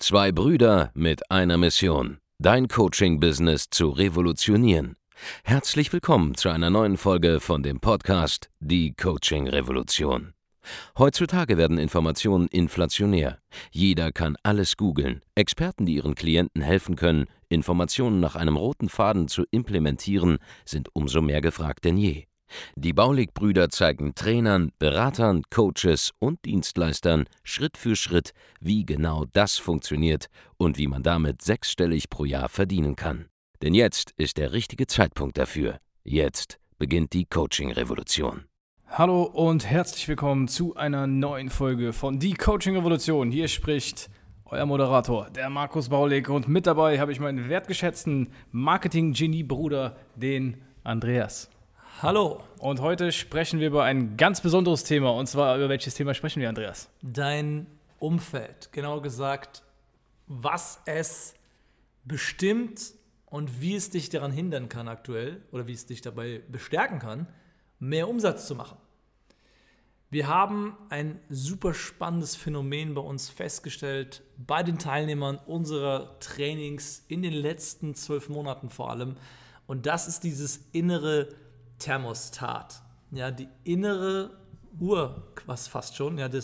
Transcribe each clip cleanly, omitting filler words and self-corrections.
Zwei Brüder mit einer Mission, dein Coaching-Business zu revolutionieren. Herzlich willkommen zu einer neuen Folge von dem Podcast Die Coaching-Revolution. Heutzutage werden Informationen inflationär. Jeder kann alles googeln. Experten, die ihren Klienten helfen können, Informationen nach einem roten Faden zu implementieren, sind umso mehr gefragt denn je. Die Baulig-Brüder zeigen Trainern, Beratern, Coaches und Dienstleistern Schritt für Schritt, wie genau das funktioniert und wie man damit sechsstellig pro Jahr verdienen kann. Denn jetzt ist der richtige Zeitpunkt dafür. Jetzt beginnt die Coaching-Revolution. Hallo und herzlich willkommen zu einer neuen Folge von Die Coaching-Revolution. Hier spricht euer Moderator, der Markus Baulig, und mit dabei habe ich meinen wertgeschätzten Marketing-Genie-Bruder, den Andreas. Hallo. Und heute sprechen wir über ein ganz besonderes Thema. Und zwar, über welches Thema sprechen wir, Andreas? Dein Umfeld, genauer gesagt, was es bestimmt und wie es dich daran hindern kann aktuell oder wie es dich dabei bestärken kann, mehr Umsatz zu machen. Wir haben ein super spannendes Phänomen bei uns festgestellt, bei den Teilnehmern unserer Trainings in den letzten 12 Monaten vor allem. Und das ist dieses innere Thermostat, ja, die innere Uhr, was fast schon, ja, der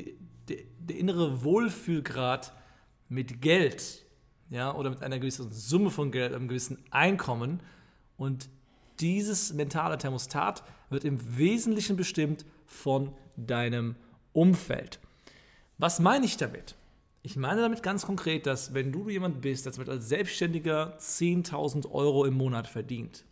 innere Wohlfühlgrad mit Geld, ja, oder mit einer gewissen Summe von Geld, einem gewissen Einkommen. Und dieses mentale Thermostat wird im Wesentlichen bestimmt von deinem Umfeld. Was meine ich damit? Ich meine damit ganz konkret, dass wenn du jemand bist, der als Selbstständiger 10.000 Euro im Monat verdient,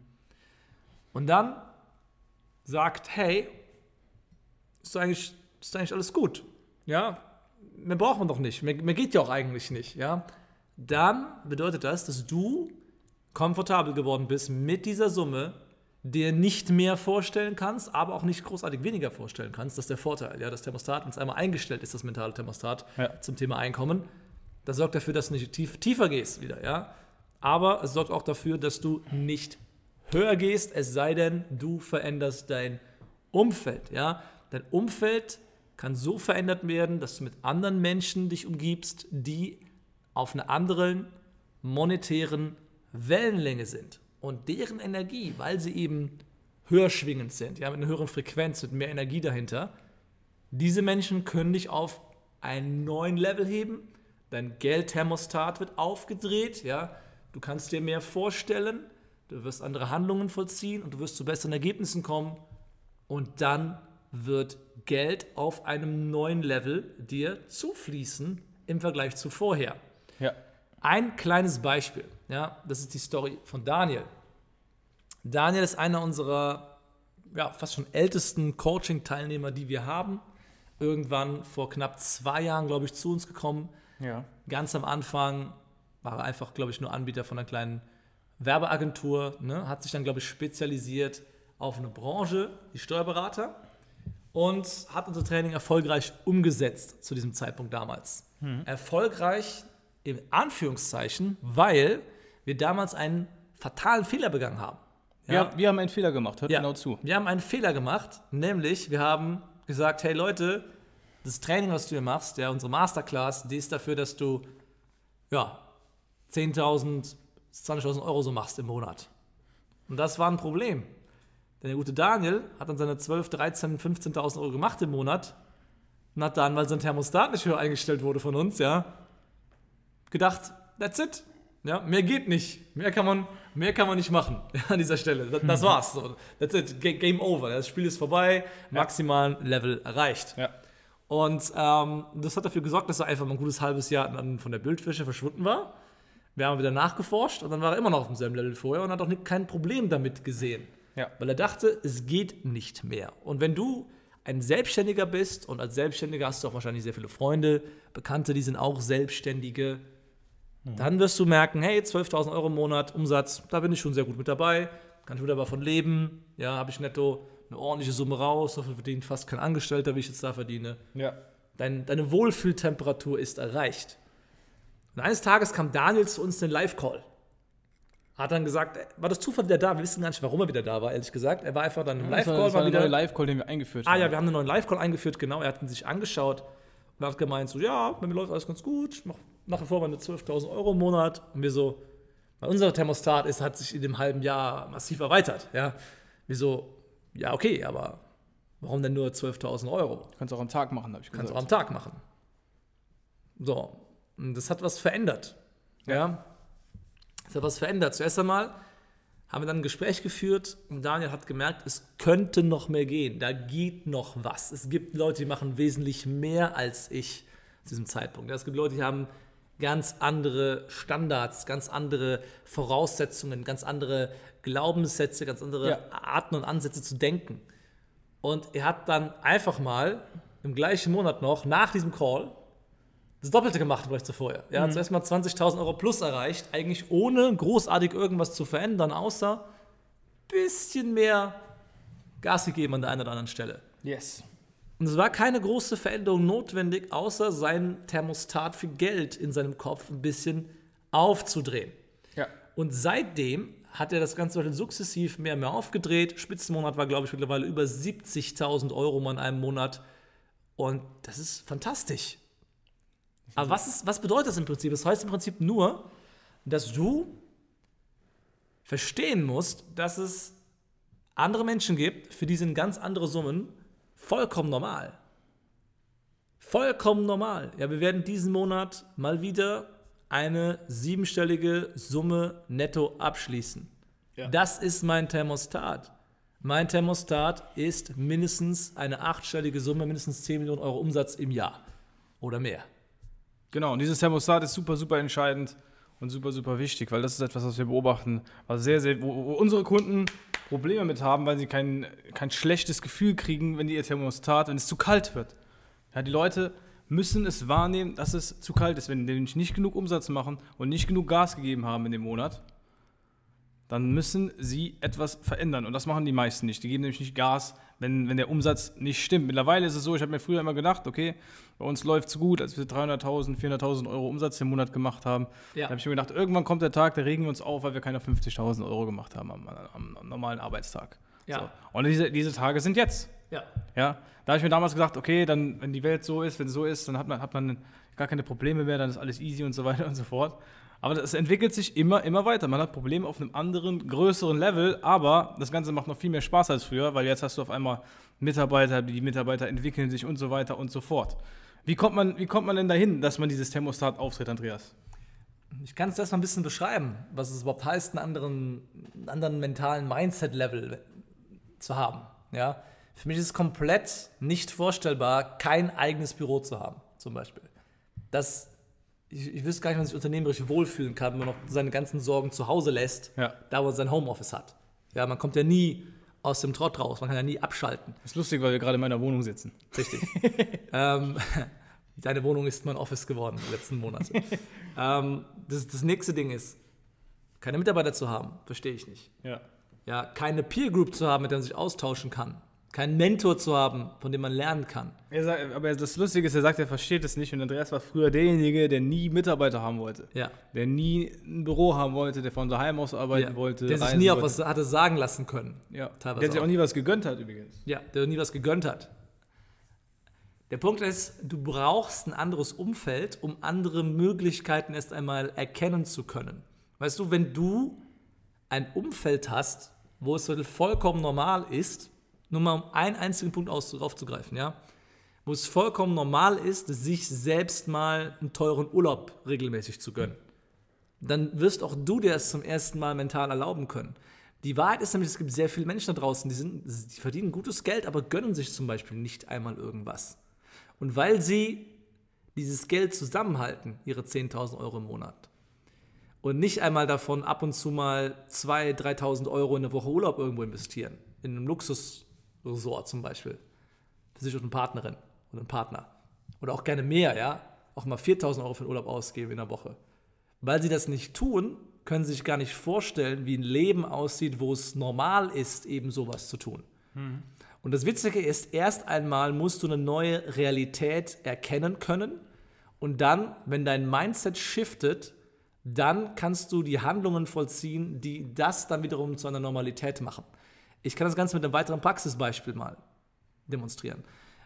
und dann sagt, hey, ist eigentlich alles gut, ja, mehr braucht man doch nicht, mehr geht ja auch eigentlich nicht, ja, dann bedeutet das, dass du komfortabel geworden bist mit dieser Summe, dir nicht mehr vorstellen kannst, aber auch nicht großartig weniger vorstellen kannst. Das ist der Vorteil, ja, das Thermostat, wenn es einmal eingestellt ist, das mentale Thermostat zum Thema Einkommen, das sorgt dafür, dass du nicht tiefer gehst wieder, ja, aber es sorgt auch dafür, dass du nicht höher gehst, es sei denn, du veränderst dein Umfeld. Ja? Dein Umfeld kann so verändert werden, dass du mit anderen Menschen dich umgibst, die auf einer anderen monetären Wellenlänge sind. Und deren Energie, weil sie eben höher schwingend sind, ja, mit einer höheren Frequenz, mit mehr Energie dahinter, diese Menschen können dich auf einen neuen Level heben. Dein Geldthermostat wird aufgedreht. Ja? Du kannst dir mehr vorstellen. Du wirst andere Handlungen vollziehen und du wirst zu besseren Ergebnissen kommen. Und dann wird Geld auf einem neuen Level dir zufließen im Vergleich zu vorher. Ja. Ein kleines Beispiel, ja, das ist die Story von Daniel. Daniel ist einer unserer fast schon ältesten Coaching-Teilnehmer, die wir haben. Irgendwann vor knapp 2 Jahren, glaube ich, zu uns gekommen. Ja. Ganz am Anfang war er einfach, glaube ich, nur Anbieter von einer kleinen Werbeagentur, ne, hat sich dann, glaube ich, spezialisiert auf eine Branche, die Steuerberater, und hat unser Training erfolgreich umgesetzt zu diesem Zeitpunkt damals. Erfolgreich in Anführungszeichen, weil wir damals einen fatalen Fehler begangen haben. Ja? Wir haben einen Fehler gemacht, hört genau zu. Wir haben einen Fehler gemacht, nämlich wir haben gesagt, hey Leute, das Training, was du hier machst, ja, unsere Masterclass, die ist dafür, dass du 10.000 20.000 Euro so machst im Monat. Und das war ein Problem. Denn der gute Daniel hat dann seine 12, 13, 15.000 Euro gemacht im Monat und hat dann, weil sein Thermostat nicht höher eingestellt wurde von uns, ja, gedacht, that's it. Ja, mehr geht nicht. Mehr kann man nicht machen an dieser Stelle. Das war's. So. That's it. Game over. Das Spiel ist vorbei. Maximalen Level erreicht. Ja. Und das hat dafür gesorgt, dass er einfach mal ein gutes halbes Jahr dann von der Bildfläche verschwunden war. Wir haben wieder nachgeforscht und dann war er immer noch auf demselben Level vorher und hat auch kein Problem damit gesehen. Ja. Weil er dachte, es geht nicht mehr. Und wenn du ein Selbstständiger bist und als Selbstständiger hast du auch wahrscheinlich sehr viele Freunde, Bekannte, die sind auch Selbstständige, dann wirst du merken, hey, 12.000 Euro im Monat Umsatz, da bin ich schon sehr gut mit dabei, kann ich wunderbar von leben, ja, habe ich netto eine ordentliche Summe raus, dafür verdient fast kein Angestellter, wie ich jetzt da verdiene. Ja. Deine Wohlfühltemperatur ist erreicht. Und eines Tages kam Daniel zu uns in den Live-Call. Hat dann gesagt, war das Zufall wieder da? Wir wissen gar nicht, warum er wieder da war, ehrlich gesagt. Er war einfach dann im Live-Call. Das war ein neuer Live-Call, den wir eingeführt haben. Ja, wir haben einen neuen Live-Call eingeführt, genau. Er hat ihn sich angeschaut und hat gemeint, so, ja, bei mir läuft alles ganz gut, ich mache nach wie vor meine 12.000 Euro im Monat. Und wir so, weil unser Thermostat hat sich in dem halben Jahr massiv erweitert. Ja? Wir so, ja okay, aber warum denn nur 12.000 Euro? Kannst du auch am Tag machen, habe ich gesagt. Kannst du auch am Tag machen. So, und das hat was verändert. Ja? Das hat was verändert. Zuerst einmal haben wir dann ein Gespräch geführt und Daniel hat gemerkt, es könnte noch mehr gehen. Da geht noch was. Es gibt Leute, die machen wesentlich mehr als ich zu diesem Zeitpunkt. Es gibt Leute, die haben ganz andere Standards, ganz andere Voraussetzungen, ganz andere Glaubenssätze, ganz andere Arten und Ansätze zu denken. Und er hat dann einfach mal im gleichen Monat noch, nach diesem Call, das Doppelte gemacht vielleicht zuvor. Er hat zuerst mal 20.000 Euro plus erreicht, eigentlich ohne großartig irgendwas zu verändern, außer ein bisschen mehr Gas gegeben an der einen oder anderen Stelle. Yes. Und es war keine große Veränderung notwendig, außer sein Thermostat für Geld in seinem Kopf ein bisschen aufzudrehen. Ja. Und seitdem hat er das Ganze sukzessiv mehr und mehr aufgedreht. Spitzenmonat war, glaube ich, mittlerweile über 70.000 Euro in einem Monat. Und das ist fantastisch. Aber was bedeutet das im Prinzip? Das heißt im Prinzip nur, dass du verstehen musst, dass es andere Menschen gibt, für die sind ganz andere Summen vollkommen normal. Vollkommen normal. Ja, wir werden diesen Monat mal wieder eine 7-stellige Summe netto abschließen. Ja. Das ist mein Thermostat. Mein Thermostat ist mindestens eine 8-stellige Summe, mindestens 10 Millionen Euro Umsatz im Jahr oder mehr. Genau, und dieses Thermostat ist super, super entscheidend und super, super wichtig, weil das ist etwas, was wir beobachten, was wo unsere Kunden Probleme mit haben, weil sie kein schlechtes Gefühl kriegen, wenn es zu kalt wird. Ja, die Leute müssen es wahrnehmen, dass es zu kalt ist. Wenn die nicht genug Umsatz machen und nicht genug Gas gegeben haben in dem Monat, dann müssen sie etwas verändern. Und das machen die meisten nicht. Die geben nämlich nicht Gas, wenn der Umsatz nicht stimmt. Mittlerweile ist es so, ich habe mir früher immer gedacht, okay, bei uns läuft es gut, als wir 300.000, 400.000 Euro Umsatz im Monat gemacht haben. Ja. Da habe ich mir gedacht, irgendwann kommt der Tag, da regen wir uns auf, weil wir keine 50.000 Euro gemacht haben am normalen Arbeitstag. Ja. So. Und diese Tage sind jetzt. Ja. Ja. Da habe ich mir damals gedacht, okay, dann, wenn die Welt so ist, wenn es so ist, dann hat man gar keine Probleme mehr, dann ist alles easy und so weiter und so fort. Aber es entwickelt sich immer weiter. Man hat Probleme auf einem anderen, größeren Level, aber das Ganze macht noch viel mehr Spaß als früher, weil jetzt hast du auf einmal Mitarbeiter, die Mitarbeiter entwickeln sich und so weiter und so fort. Wie kommt man denn dahin, dass man dieses Thermostat auftritt, Andreas? Ich kann es erstmal ein bisschen beschreiben, was es überhaupt heißt, einen anderen mentalen Mindset-Level zu haben. Ja? Für mich ist es komplett nicht vorstellbar, kein eigenes Büro zu haben, zum Beispiel. Ich wüsste gar nicht, wie man sich unternehmerisch wohlfühlen kann, wenn man noch seine ganzen Sorgen zu Hause lässt, da wo man sein Homeoffice hat. Ja, man kommt ja nie aus dem Trott raus, man kann ja nie abschalten. Das ist lustig, weil wir gerade in meiner Wohnung sitzen. Richtig. Deine Wohnung ist mein Office geworden in den letzten Monaten. Das nächste Ding ist, keine Mitarbeiter zu haben, verstehe ich nicht. Ja, keine Peer Group zu haben, mit der man sich austauschen kann. Keinen Mentor zu haben, von dem man lernen kann. Aber das Lustige ist, er sagt, er versteht es nicht. Und Andreas war früher derjenige, der nie Mitarbeiter haben wollte. Ja. Der nie ein Büro haben wollte, der von daheim aus arbeiten wollte. Der sich nie auf was hatte sagen lassen können. Ja. Teilweise der sich auch nie was gegönnt hat übrigens. Ja, der nie was gegönnt hat. Der Punkt ist, du brauchst ein anderes Umfeld, um andere Möglichkeiten erst einmal erkennen zu können. Weißt du, wenn du ein Umfeld hast, wo es vollkommen normal ist, nur mal um einen einzigen Punkt aufzugreifen, ja, wo es vollkommen normal ist, sich selbst mal einen teuren Urlaub regelmäßig zu gönnen, dann wirst auch du dir das zum ersten Mal mental erlauben können. Die Wahrheit ist nämlich, es gibt sehr viele Menschen da draußen, die verdienen gutes Geld, aber gönnen sich zum Beispiel nicht einmal irgendwas. Und weil sie dieses Geld zusammenhalten, ihre 10.000 Euro im Monat, und nicht einmal davon ab und zu mal 2.000, 3.000 Euro in eine Woche Urlaub irgendwo investieren, in einem Luxusresort zum Beispiel, für sich und eine Partnerin oder einen Partner. Oder auch gerne mehr, ja, auch mal 4.000 Euro für den Urlaub ausgeben in der Woche. Weil sie das nicht tun, können sie sich gar nicht vorstellen, wie ein Leben aussieht, wo es normal ist, eben sowas zu tun. Und das Witzige ist, erst einmal musst du eine neue Realität erkennen können und dann, wenn dein Mindset shiftet, dann kannst du die Handlungen vollziehen, die das dann wiederum zu einer Normalität machen. Ich kann das Ganze mit einem weiteren Praxisbeispiel mal demonstrieren.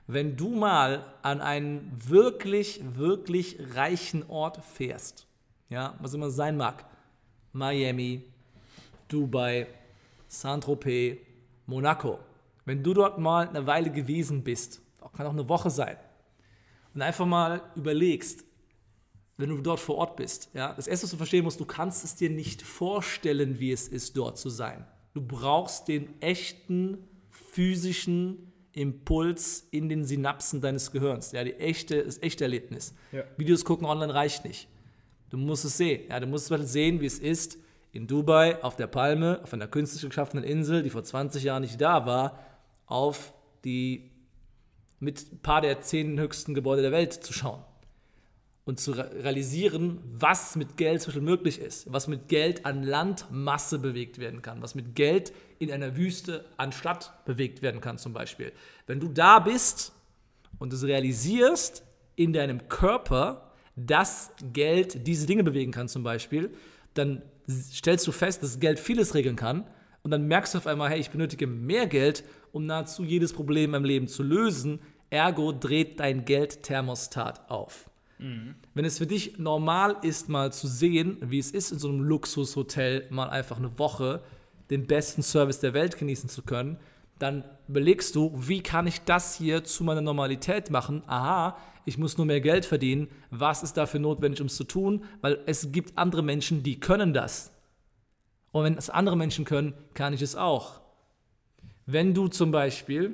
wenn du mal an einen wirklich, wirklich reichen Ort fährst, ja, was immer es sein mag, Miami, Dubai, Saint-Tropez, Monaco, wenn du dort mal eine Weile gewesen bist, kann auch eine Woche sein, und einfach mal überlegst, wenn du dort vor Ort bist, ja, das Erste, was du verstehen musst, du kannst es dir nicht vorstellen, wie es ist, dort zu sein. Du brauchst den echten, physischen Impuls in den Synapsen deines Gehirns, ja, das echte Erlebnis. Ja. Videos gucken online reicht nicht. Du musst es sehen. Ja, du musst es sehen, wie es ist, in Dubai, auf der Palme, auf einer künstlich geschaffenen Insel, die vor 20 Jahren nicht da war, auf die mit ein paar der 10 höchsten Gebäude der Welt zu schauen. Und zu realisieren, was mit Geld zum Beispiel möglich ist, was mit Geld an Landmasse bewegt werden kann, was mit Geld in einer Wüste an Stadt bewegt werden kann zum Beispiel. Wenn du da bist und es realisierst in deinem Körper, dass Geld diese Dinge bewegen kann zum Beispiel, dann stellst du fest, dass Geld vieles regeln kann und dann merkst du auf einmal, hey, ich benötige mehr Geld, um nahezu jedes Problem in meinem Leben zu lösen, ergo dreht dein Geldthermostat auf. Wenn es für dich normal ist, mal zu sehen, wie es ist, in so einem Luxushotel mal einfach eine Woche den besten Service der Welt genießen zu können, dann überlegst du, wie kann ich das hier zu meiner Normalität machen? Aha, ich muss nur mehr Geld verdienen. Was ist dafür notwendig, um es zu tun? Weil es gibt andere Menschen, die können das. Und wenn es andere Menschen können, kann ich es auch. Wenn du zum Beispiel...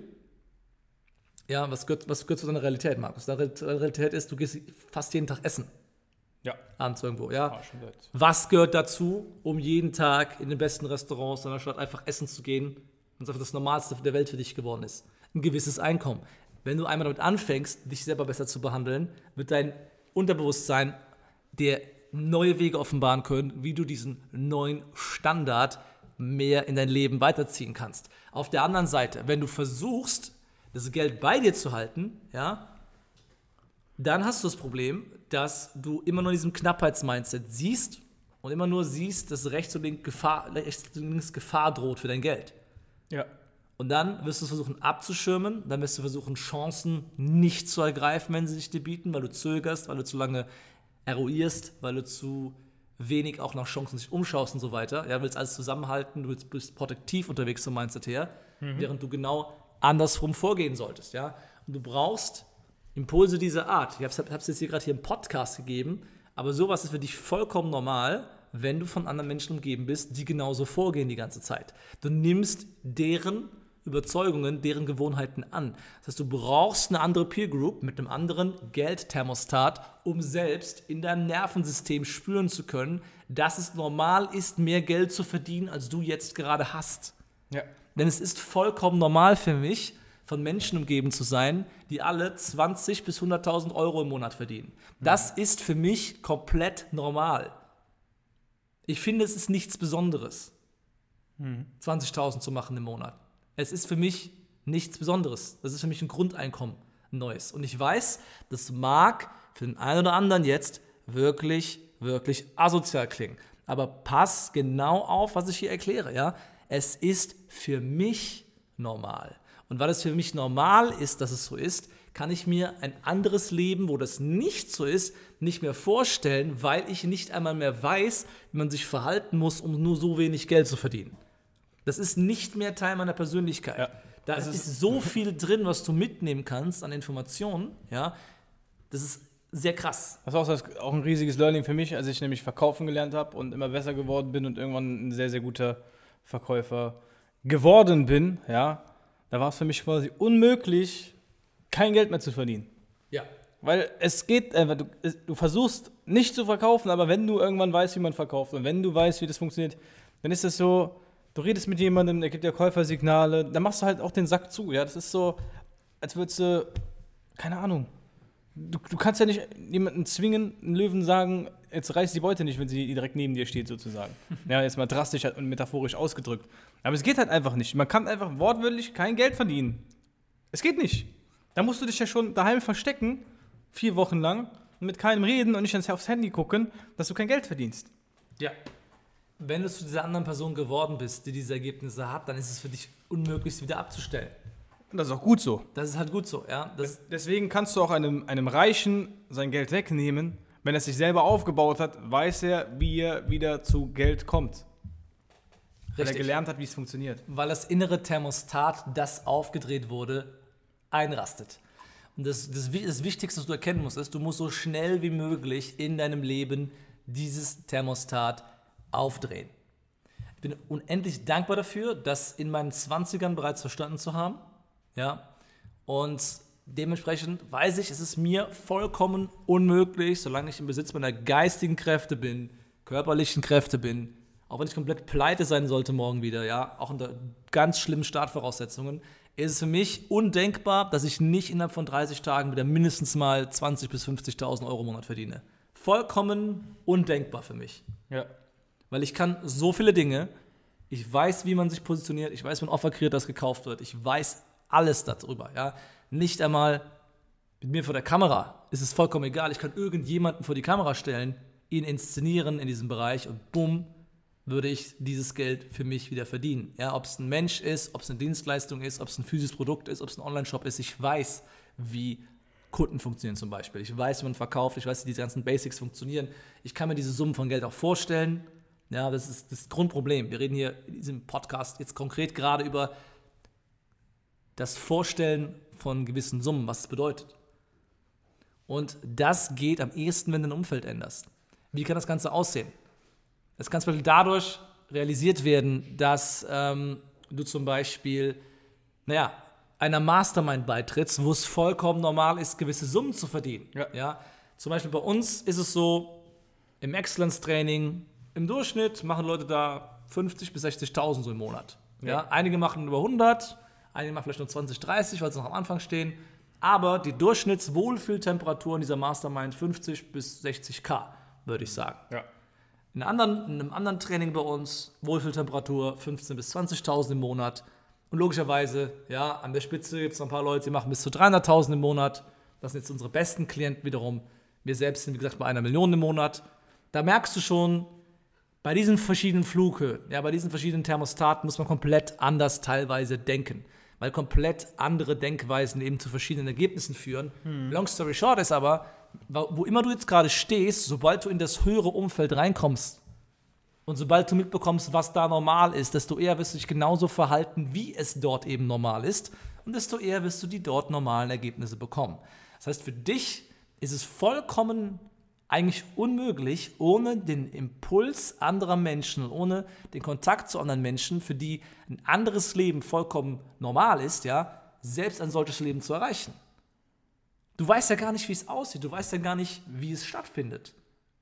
Ja, was gehört zu deiner Realität, Markus? Deine Realität ist, du gehst fast jeden Tag essen. Ja. Abends irgendwo, ja. Was gehört dazu, um jeden Tag in den besten Restaurants deiner Stadt einfach essen zu gehen, wenn es einfach das Normalste der Welt für dich geworden ist? Ein gewisses Einkommen. Wenn du einmal damit anfängst, dich selber besser zu behandeln, wird dein Unterbewusstsein dir neue Wege offenbaren können, wie du diesen neuen Standard mehr in dein Leben weiterziehen kannst. Auf der anderen Seite, wenn du versuchst, das Geld bei dir zu halten, ja, dann hast du das Problem, dass du immer nur in diesem Knappheitsmindset siehst und immer nur siehst, dass rechts und links Gefahr droht für dein Geld. Ja. Und dann wirst du es versuchen abzuschirmen, dann wirst du versuchen, Chancen nicht zu ergreifen, wenn sie sich dir bieten, weil du zögerst, weil du zu lange eruierst, weil du zu wenig auch nach Chancen sich umschaust und so weiter. Ja, du willst alles zusammenhalten, du bist protektiv unterwegs vom Mindset her, während du genau andersrum vorgehen solltest, ja. Und du brauchst Impulse dieser Art. Ich habe es jetzt hier gerade hier im Podcast gegeben, aber sowas ist für dich vollkommen normal, wenn du von anderen Menschen umgeben bist, die genauso vorgehen die ganze Zeit. Du nimmst deren Überzeugungen, deren Gewohnheiten an. Das heißt, du brauchst eine andere Peer Group mit einem anderen Geldthermostat, um selbst in deinem Nervensystem spüren zu können, dass es normal ist, mehr Geld zu verdienen, als du jetzt gerade hast. Ja. Denn es ist vollkommen normal für mich, von Menschen umgeben zu sein, die alle 20.000 bis 100.000 Euro im Monat verdienen. Das ist für mich komplett normal. Ich finde, es ist nichts Besonderes, 20.000 zu machen im Monat. Es ist für mich nichts Besonderes. Das ist für mich ein Grundeinkommen, ein neues. Und ich weiß, das mag für den einen oder anderen jetzt wirklich, wirklich asozial klingen. Aber pass genau auf, was ich hier erkläre, ja? Es ist für mich normal. Und weil es für mich normal ist, dass es so ist, kann ich mir ein anderes Leben, wo das nicht so ist, nicht mehr vorstellen, weil ich nicht einmal mehr weiß, wie man sich verhalten muss, um nur so wenig Geld zu verdienen. Das ist nicht mehr Teil meiner Persönlichkeit. Ja. Da ist so viel drin, was du mitnehmen kannst an Informationen. Ja? Das ist sehr krass. Das ist auch ein riesiges Learning für mich, als ich nämlich verkaufen gelernt habe und immer besser geworden bin und irgendwann ein sehr, sehr guter Verkäufer geworden bin. Ja? Da war es für mich quasi unmöglich, kein Geld mehr zu verdienen. Ja. Weil es geht einfach, du versuchst nicht zu verkaufen, aber wenn du irgendwann weißt, wie man verkauft und wenn du weißt, wie das funktioniert, dann ist es so, du redest mit jemandem, der gibt dir Käufersignale, dann machst du halt auch den Sack zu. Ja, das ist so, als würdest du, keine Ahnung, du kannst ja nicht jemanden zwingen, einen Löwen sagen, jetzt reißt die Beute nicht, wenn sie direkt neben dir steht sozusagen. Ja, jetzt mal drastisch und metaphorisch ausgedrückt. Aber es geht halt einfach nicht. Man kann einfach wortwörtlich kein Geld verdienen. Es geht nicht. Da musst du dich ja schon daheim verstecken, 4 Wochen lang, und mit keinem reden und nicht aufs Handy gucken, dass du kein Geld verdienst. Ja. Wenn du zu dieser anderen Person geworden bist, die diese Ergebnisse hat, dann ist es für dich unmöglich, sie wieder abzustellen. Und das ist auch gut so. Das ist halt gut so, ja. Deswegen kannst du auch einem Reichen sein Geld wegnehmen. Wenn er es sich selber aufgebaut hat, weiß er, wie er wieder zu Geld kommt. Weil er gelernt hat, wie es funktioniert. Weil das innere Thermostat, das aufgedreht wurde, einrastet. Und das Wichtigste, was du erkennen musst, ist, du musst so schnell wie möglich in deinem Leben dieses Thermostat aufdrehen. Ich bin unendlich dankbar dafür, das in meinen 20ern bereits verstanden zu haben. Ja? Und dementsprechend weiß ich, es ist mir vollkommen unmöglich, solange ich im Besitz meiner geistigen Kräfte bin, körperlichen Kräfte bin, auch wenn ich komplett pleite sein sollte morgen wieder, ja, auch unter ganz schlimmen Startvoraussetzungen, ist es für mich undenkbar, dass ich nicht innerhalb von 30 Tagen wieder mindestens mal 20.000 bis 50.000 Euro im Monat verdiene. Vollkommen undenkbar für mich. Ja. Weil ich kann so viele Dinge, ich weiß, wie man sich positioniert, ich weiß, wie man Offer kreiert, das gekauft wird, ich weiß alles darüber, ja. Nicht einmal mit mir vor der Kamera ist es vollkommen egal, ich kann irgendjemanden vor die Kamera stellen, ihn inszenieren in diesem Bereich und bumm, würde ich dieses Geld für mich wieder verdienen. Ja, ob es ein Mensch ist, ob es eine Dienstleistung ist, ob es ein physisches Produkt ist, ob es ein Online-Shop ist, ich weiß, wie Kunden funktionieren zum Beispiel. Ich weiß, wie man verkauft, ich weiß, wie diese ganzen Basics funktionieren. Ich kann mir diese Summen von Geld auch vorstellen. Ja, das ist das Grundproblem. Wir reden hier in diesem Podcast jetzt konkret gerade über das Vorstellen von gewissen Summen, was es bedeutet. Und das geht am ehesten, wenn du dein Umfeld änderst. Wie kann das Ganze aussehen? Das kann zum Beispiel dadurch realisiert werden, dass du zum Beispiel, einer Mastermind beitrittst, wo es vollkommen normal ist, gewisse Summen zu verdienen. Ja? Zum Beispiel bei uns ist es so, im Excellence-Training, im Durchschnitt machen Leute da 50.000 bis 60.000 so im Monat. Ja? Einige machen über 100, einige machen vielleicht nur 20, 30, weil sie noch am Anfang stehen. Aber die Durchschnittswohlfühltemperatur in dieser Mastermind 50 bis 60.000, würde ich sagen. Ja. In einem anderen Training bei uns, Wohlfühltemperatur 15.000 bis 20.000 im Monat. Und logischerweise, ja, an der Spitze gibt es noch ein paar Leute, die machen bis zu 300.000 im Monat. Das sind jetzt unsere besten Klienten wiederum. Wir selbst sind, wie gesagt, bei 1 Million im Monat. Da merkst du schon, bei diesen verschiedenen Flughöhen, ja, bei diesen verschiedenen Thermostaten muss man komplett anders teilweise denken. Weil komplett andere Denkweisen eben zu verschiedenen Ergebnissen führen. Long story short ist aber, wo immer du jetzt gerade stehst, sobald du in das höhere Umfeld reinkommst und sobald du mitbekommst, was da normal ist, desto eher wirst du dich genauso verhalten, wie es dort eben normal ist und desto eher wirst du die dort normalen Ergebnisse bekommen. Das heißt, für dich ist es vollkommen eigentlich unmöglich, ohne den Impuls anderer Menschen und ohne den Kontakt zu anderen Menschen, für die ein anderes Leben vollkommen normal ist, ja, selbst ein solches Leben zu erreichen. Du weißt ja gar nicht, wie es aussieht. Du weißt ja gar nicht, wie es stattfindet.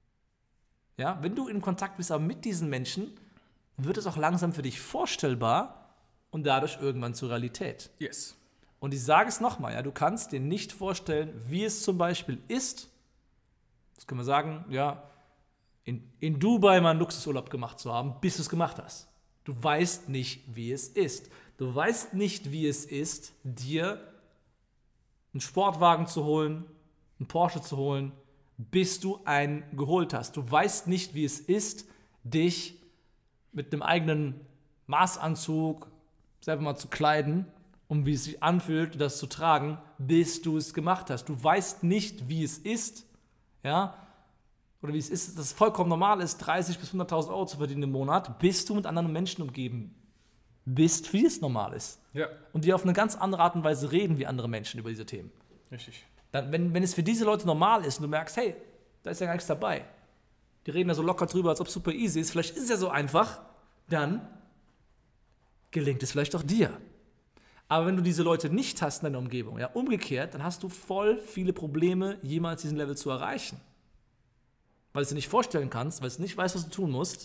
Ja, wenn du in Kontakt bist aber mit diesen Menschen, wird es auch langsam für dich vorstellbar und dadurch irgendwann zur Realität. Yes. Und ich sage es nochmal, ja, du kannst dir nicht vorstellen, wie es zum Beispiel ist, das können wir sagen, ja, in Dubai mal einen Luxusurlaub gemacht zu haben, bis du es gemacht hast. Du weißt nicht, wie es ist. Du weißt nicht, wie es ist, dir einen Sportwagen zu holen, einen Porsche zu holen, bis du einen geholt hast. Du weißt nicht, wie es ist, dich mit einem eigenen Maßanzug selber mal zu kleiden und wie es sich anfühlt, das zu tragen, bis du es gemacht hast. Du weißt nicht, wie es ist, ja, oder wie es ist, dass es vollkommen normal ist, 30.000 bis 100.000 Euro zu verdienen im Monat, bis du mit anderen Menschen umgeben bist, wie es normal ist. Ja. Und die auf eine ganz andere Art und Weise reden wie andere Menschen über diese Themen. Richtig. Dann, wenn es für diese Leute normal ist und du merkst, hey, da ist ja gar nichts dabei. Die reden da so locker drüber, als ob es super easy ist. Vielleicht ist es ja so einfach. Dann gelingt es vielleicht auch dir. Aber wenn du diese Leute nicht hast in deiner Umgebung, ja, umgekehrt, dann hast du voll viele Probleme, jemals diesen Level zu erreichen. Weil du es dir nicht vorstellen kannst, weil du nicht weißt, was du tun musst.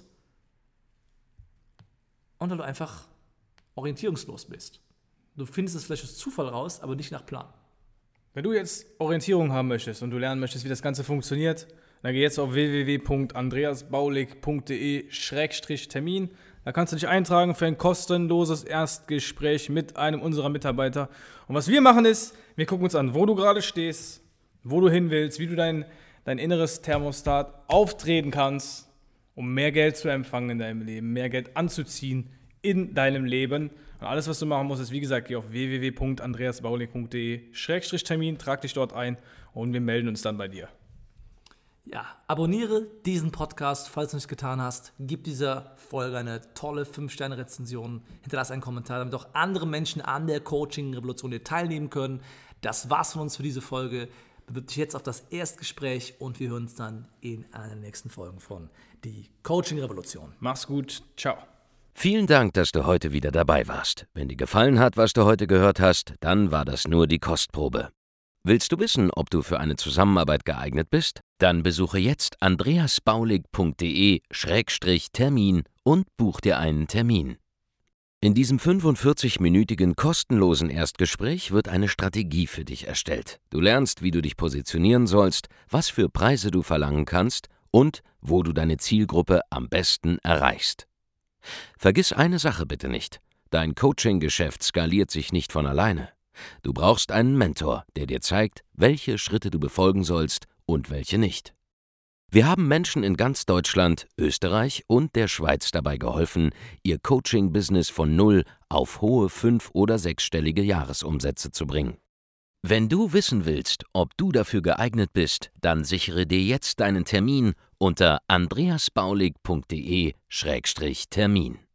Und weil du einfach orientierungslos bist. Du findest es vielleicht aus Zufall raus, aber nicht nach Plan. Wenn du jetzt Orientierung haben möchtest und du lernen möchtest, wie das Ganze funktioniert, dann geh jetzt auf www.andreasbaulig.de/termin. Da kannst du dich eintragen für ein kostenloses Erstgespräch mit einem unserer Mitarbeiter. Und was wir machen ist, wir gucken uns an, wo du gerade stehst, wo du hin willst, wie du dein inneres Thermostat auftreten kannst, um mehr Geld zu empfangen in deinem Leben, mehr Geld anzuziehen in deinem Leben. Und alles, was du machen musst, ist, wie gesagt, geh auf www.andreasbaulig.de/Termin, trag dich dort ein und wir melden uns dann bei dir. Ja, abonniere diesen Podcast, falls du es nicht getan hast. Gib dieser Folge eine tolle 5-Sterne-Rezension. Hinterlass einen Kommentar, damit auch andere Menschen an der Coaching-Revolution hier teilnehmen können. Das war's von uns für diese Folge. Bewirb dich jetzt auf das Erstgespräch und wir hören uns dann in einer der nächsten Folgen von Die Coaching-Revolution. Mach's gut. Ciao. Vielen Dank, dass du heute wieder dabei warst. Wenn dir gefallen hat, was du heute gehört hast, dann war das nur die Kostprobe. Willst du wissen, ob du für eine Zusammenarbeit geeignet bist? Dann besuche jetzt andreasbaulig.de/Termin und buch dir einen Termin. In diesem 45-minütigen kostenlosen Erstgespräch wird eine Strategie für dich erstellt. Du lernst, wie du dich positionieren sollst, was für Preise du verlangen kannst und wo du deine Zielgruppe am besten erreichst. Vergiss eine Sache bitte nicht: Dein Coaching-Geschäft skaliert sich nicht von alleine. Du brauchst einen Mentor, der dir zeigt, welche Schritte du befolgen sollst und welche nicht. Wir haben Menschen in ganz Deutschland, Österreich und der Schweiz dabei geholfen, ihr Coaching-Business von 0 auf hohe 5- oder 6-stellige Jahresumsätze zu bringen. Wenn du wissen willst, ob du dafür geeignet bist, dann sichere dir jetzt deinen Termin unter andreasbaulig.de/Termin.